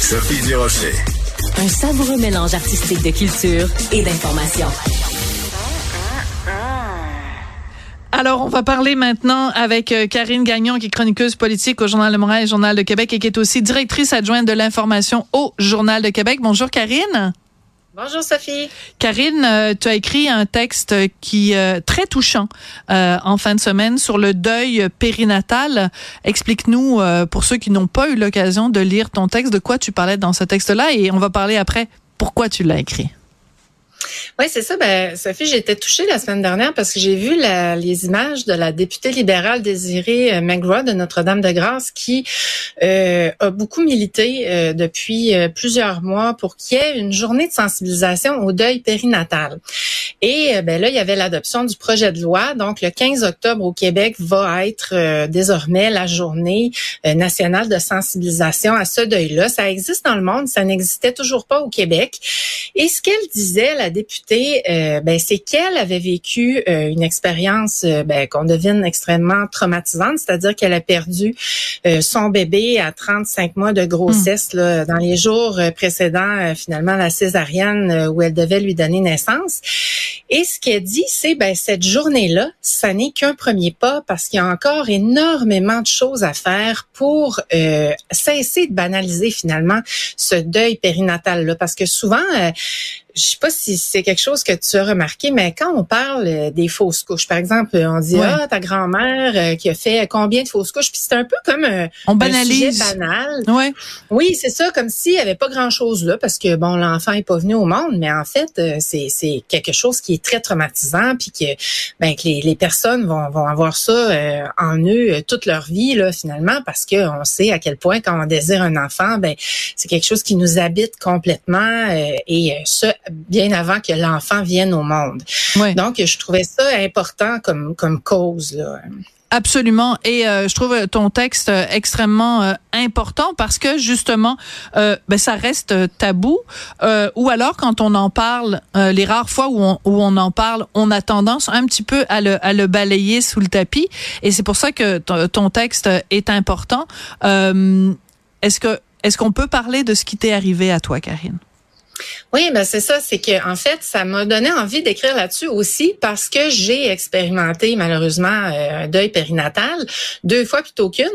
Sophie Durocher. Un savoureux mélange artistique de culture et d'information. Alors, on va parler maintenant avec Karine Gagnon, qui est chroniqueuse politique au Journal de Montréal et Journal de Québec et qui est aussi directrice adjointe de l'information au Journal de Québec. Bonjour, Karine. Bonjour Sophie. Karine, tu as écrit un texte qui est très touchant en fin de semaine sur le deuil périnatal. Explique-nous, pour ceux qui n'ont pas eu l'occasion de lire ton texte, de quoi tu parlais dans ce texte-là et on va parler après pourquoi tu l'as écrit. Oui, c'est ça. Sophie, j'ai été touchée la semaine dernière parce que j'ai vu les images de la députée libérale Désirée McGraw de Notre-Dame-de-Grâce qui a beaucoup milité depuis plusieurs mois pour qu'il y ait une journée de sensibilisation au deuil périnatal. Et là, il y avait l'adoption du projet de loi. Donc, le 15 octobre au Québec va être désormais la journée nationale de sensibilisation à ce deuil-là. Ça existe dans le monde, ça n'existait toujours pas au Québec. Et ce qu'elle disait, la députée, c'est qu'elle avait vécu une expérience qu'on devine extrêmement traumatisante, c'est-à-dire qu'elle a perdu son bébé à 35 mois de grossesse là, dans les jours précédents finalement la césarienne où elle devait lui donner naissance. Et ce qu'elle dit, c'est cette journée-là, ça n'est qu'un premier pas parce qu'il y a encore énormément de choses à faire pour cesser de banaliser finalement ce deuil périnatal-là. Parce que souvent, je sais pas si c'est quelque chose que tu as remarqué, mais quand on parle des fausses couches, par exemple, on dit ta grand-mère qui a fait combien de fausses couches, puis c'est un peu comme on banalise. Un sujet banal. Ouais. Oui, c'est ça, comme s'il y avait pas grand-chose là, parce que l'enfant est pas venu au monde, mais en fait, c'est quelque chose qui est très traumatisant, puis que les personnes vont avoir ça en eux toute leur vie là, finalement, parce que on sait à quel point quand on désire un enfant, c'est quelque chose qui nous habite complètement et ça bien avant que l'enfant vienne au monde. Ouais. Donc, je trouvais ça important comme cause, là. Absolument. Et je trouve ton texte extrêmement important parce que justement, ça reste tabou. Ou alors, quand on en parle, les rares fois où on en parle, on a tendance un petit peu à le balayer sous le tapis. Et c'est pour ça que ton texte est important. Est-ce qu'on peut parler de ce qui t'est arrivé à toi, Karine? Oui, c'est ça, c'est que en fait, ça m'a donné envie d'écrire là-dessus aussi parce que j'ai expérimenté malheureusement un deuil périnatal 2 fois plutôt qu'une.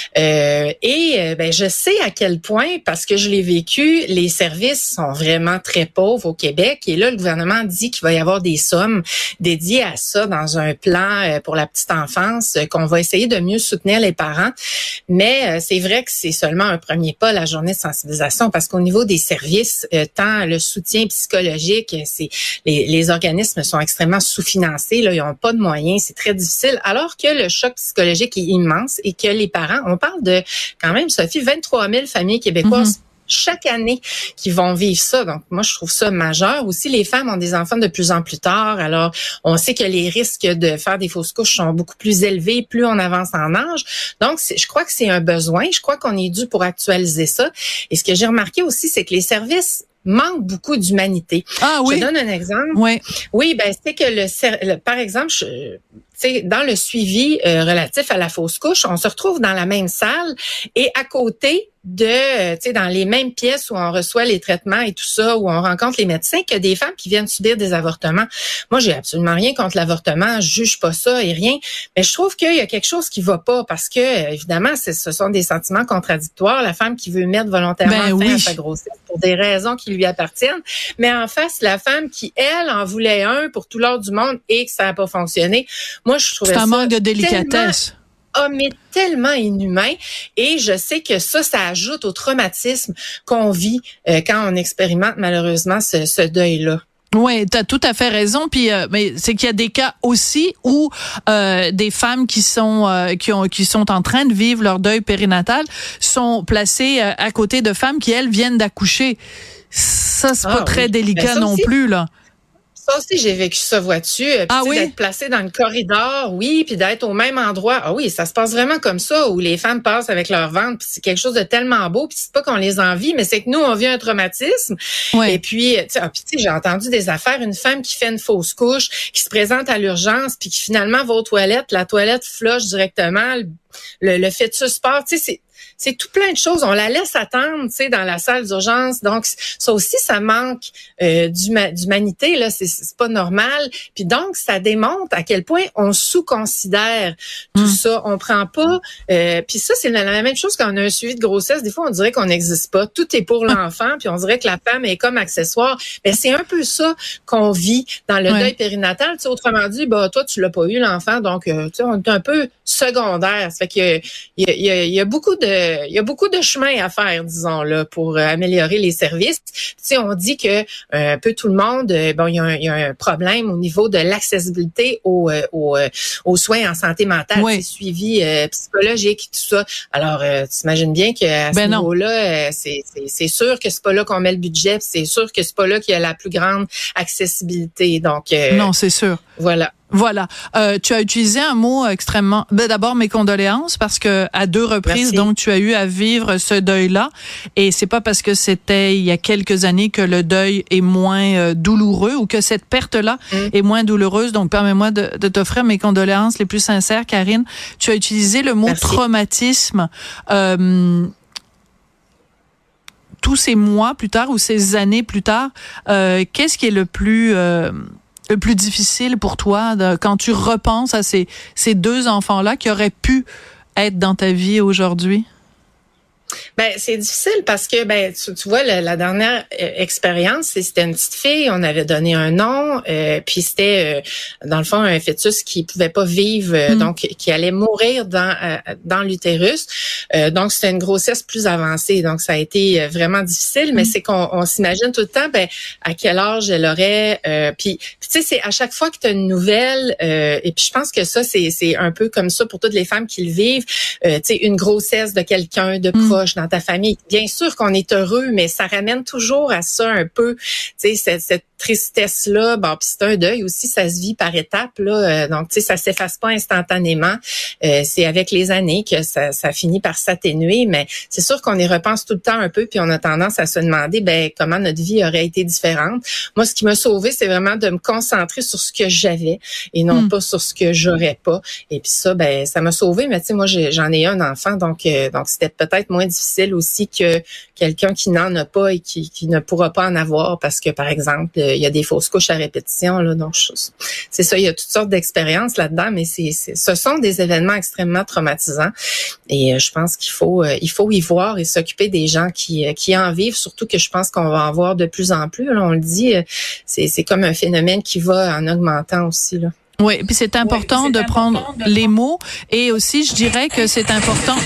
Je sais à quel point, parce que je l'ai vécu, les services sont vraiment très pauvres au Québec. Et là, le gouvernement dit qu'il va y avoir des sommes dédiées à ça dans un plan pour la petite enfance, qu'on va essayer de mieux soutenir les parents. Mais c'est vrai que c'est seulement un premier pas, la journée de sensibilisation, parce qu'au niveau des services, tant le soutien psychologique, les organismes sont extrêmement sous-financés, là, ils n'ont pas de moyens, c'est très difficile, alors que le choc psychologique est immense et que les parents, on parle de quand même, Sophie, 23 000 familles québécoises chaque année qui vont vivre ça. Donc, moi, je trouve ça majeur. Aussi, les femmes ont des enfants de plus en plus tard. Alors, on sait que les risques de faire des fausses couches sont beaucoup plus élevés plus on avance en âge. Donc, je crois que c'est un besoin. Je crois qu'on est dû pour actualiser ça. Et ce que j'ai remarqué aussi, c'est que les services manque beaucoup d'humanité. Ah oui. Je te donne un exemple. Oui. Oui, c'est que par exemple, dans le suivi relatif à la fausse couche, on se retrouve dans la même salle et à côté dans les mêmes pièces où on reçoit les traitements et tout ça, où on rencontre les médecins, que des femmes qui viennent subir des avortements. Moi, j'ai absolument rien contre l'avortement, je juge pas ça et rien, mais je trouve qu'il y a quelque chose qui va pas parce que, évidemment, ce sont des sentiments contradictoires. La femme qui veut mettre volontairement fin à sa grossesse pour des raisons qui lui appartiennent, mais en face, la femme qui, elle, en voulait un pour tout l'or du monde et que ça n'a pas fonctionné. Moi, je trouvais ça... C'est un manque de délicatesse. Mais tellement inhumain. Et je sais que ça ajoute au traumatisme qu'on vit quand on expérimente malheureusement ce deuil-là. Oui, tu as tout à fait raison. Puis, mais c'est qu'il y a des cas aussi où des femmes qui sont en train de vivre leur deuil périnatal sont placées à côté de femmes qui, elles, viennent d'accoucher. Ça, c'est pas très délicat non plus, là. Ça aussi, j'ai vécu ça, vois-tu. D'être placé dans le corridor, puis d'être au même endroit. Ah oui, ça se passe vraiment comme ça, où les femmes passent avec leur ventre, puis c'est quelque chose de tellement beau, puis c'est pas qu'on les envie, mais c'est que nous, on vit un traumatisme. Ouais. Et puis, j'ai entendu des affaires, une femme qui fait une fausse couche, qui se présente à l'urgence, puis qui finalement va aux toilettes, la toilette flush directement, le fœtus part. Tu sais, c'est tout plein de choses. On la laisse attendre, tu sais, dans la salle d'urgence. Donc, ça aussi, ça manque d'humanité, là. C'est pas normal. Puis donc, ça démontre à quel point on sous-considère tout ça. On prend pas... puis ça, c'est la même chose quand on a un suivi de grossesse. Des fois, on dirait qu'on n'existe pas. Tout est pour l'enfant, puis on dirait que la femme est comme accessoire. Mais c'est un peu ça qu'on vit dans le deuil périnatal. Tu sais, autrement dit, bah toi, tu l'as pas eu, l'enfant, donc tu sais, on est un peu secondaire. Ça fait qu'il y a beaucoup de chemin à faire, disons là, pour améliorer les services. Tu sais, on dit que un peu tout le monde, bon, il y a un problème au niveau de l'accessibilité aux soins en santé mentale, suivi psychologique, tout ça. Alors, t'imagines bien qu'à ce niveau-là, c'est sûr que c'est pas là qu'on met le budget, c'est sûr que c'est pas là qu'il y a la plus grande accessibilité. Donc non, c'est sûr. Voilà. Tu as utilisé un mot extrêmement... d'abord, mes condoléances, parce que à 2 reprises, donc, tu as eu à vivre ce deuil-là. Et c'est pas parce que c'était il y a quelques années que le deuil est moins douloureux ou que cette perte-là est moins douloureuse. Donc, permets-moi de t'offrir mes condoléances les plus sincères, Karine. Tu as utilisé le mot traumatisme. Tous ces mois plus tard ou ces années plus tard, qu'est-ce qui est le plus difficile pour toi quand tu repenses à ces 2 enfants-là qui auraient pu être dans ta vie aujourd'hui? Ben c'est difficile parce que tu vois la dernière expérience, c'était une petite fille, on avait donné un nom, puis c'était dans le fond un fœtus qui pouvait pas vivre, donc qui allait mourir dans l'utérus. Donc c'était une grossesse plus avancée, donc ça a été vraiment difficile, mais c'est qu'on s'imagine tout le temps à quel âge elle aurait, puis tu sais c'est à chaque fois que tu as une nouvelle, et puis je pense que ça c'est un peu comme ça pour toutes les femmes qui le vivent, tu sais une grossesse de quelqu'un de proche dans ta famille. Bien sûr qu'on est heureux, mais ça ramène toujours à ça un peu, tu sais, cette tristesse-là. Bon, puis c'est un deuil aussi, ça se vit par étapes, là. Donc, tu sais, ça s'efface pas instantanément. C'est avec les années que ça finit par s'atténuer, mais c'est sûr qu'on y repense tout le temps un peu, puis on a tendance à se demander, comment notre vie aurait été différente. Moi, ce qui m'a sauvée, c'est vraiment de me concentrer sur ce que j'avais et non pas sur ce que j'aurais pas. Et puis ça, ça m'a sauvée, mais tu sais, moi, j'en ai un enfant, donc c'était peut-être moins difficile aussi que quelqu'un qui n'en a pas et qui ne pourra pas en avoir parce que, par exemple, il y a des fausses couches à répétition, là. Donc, c'est ça, il y a toutes sortes d'expériences là-dedans, mais ce sont des événements extrêmement traumatisants. Et je pense qu'il faut y voir et s'occuper des gens qui en vivent, surtout que je pense qu'on va en voir de plus en plus. Là, on le dit, c'est comme un phénomène qui va en augmentant aussi, là. Oui, puis c'est important de prendre les mots et aussi, je dirais que c'est important...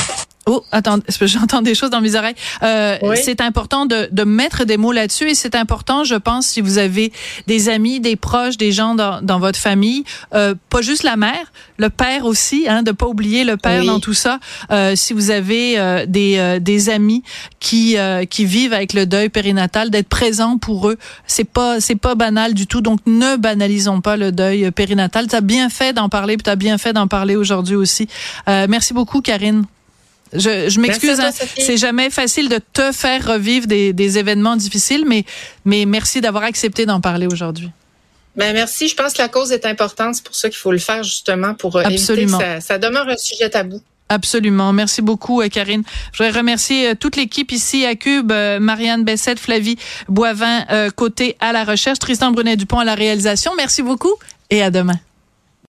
Oh, attends, j'entends des choses dans mes oreilles. C'est important de mettre des mots là-dessus et c'est important, je pense, si vous avez des amis, des proches, des gens dans votre famille, pas juste la mère, le père aussi, de pas oublier le père dans tout ça. Si vous avez des amis qui vivent avec le deuil périnatal, d'être présent pour eux, c'est pas banal du tout. Donc ne banalisons pas le deuil périnatal. T'as bien fait d'en parler, puis t'as bien fait d'en parler aujourd'hui aussi. Merci beaucoup, Karine. Je m'excuse, c'est jamais facile de te faire revivre des événements difficiles, mais merci d'avoir accepté d'en parler aujourd'hui. Merci. Je pense que la cause est importante. C'est pour ça qu'il faut le faire justement pour éviter que ça demeure un sujet tabou. Absolument. Merci beaucoup, Karine. Je voudrais remercier toute l'équipe ici à Cube, Marianne Bessette, Flavie Boivin, côté à la recherche, Tristan Brunet-Dupont à la réalisation. Merci beaucoup et à demain.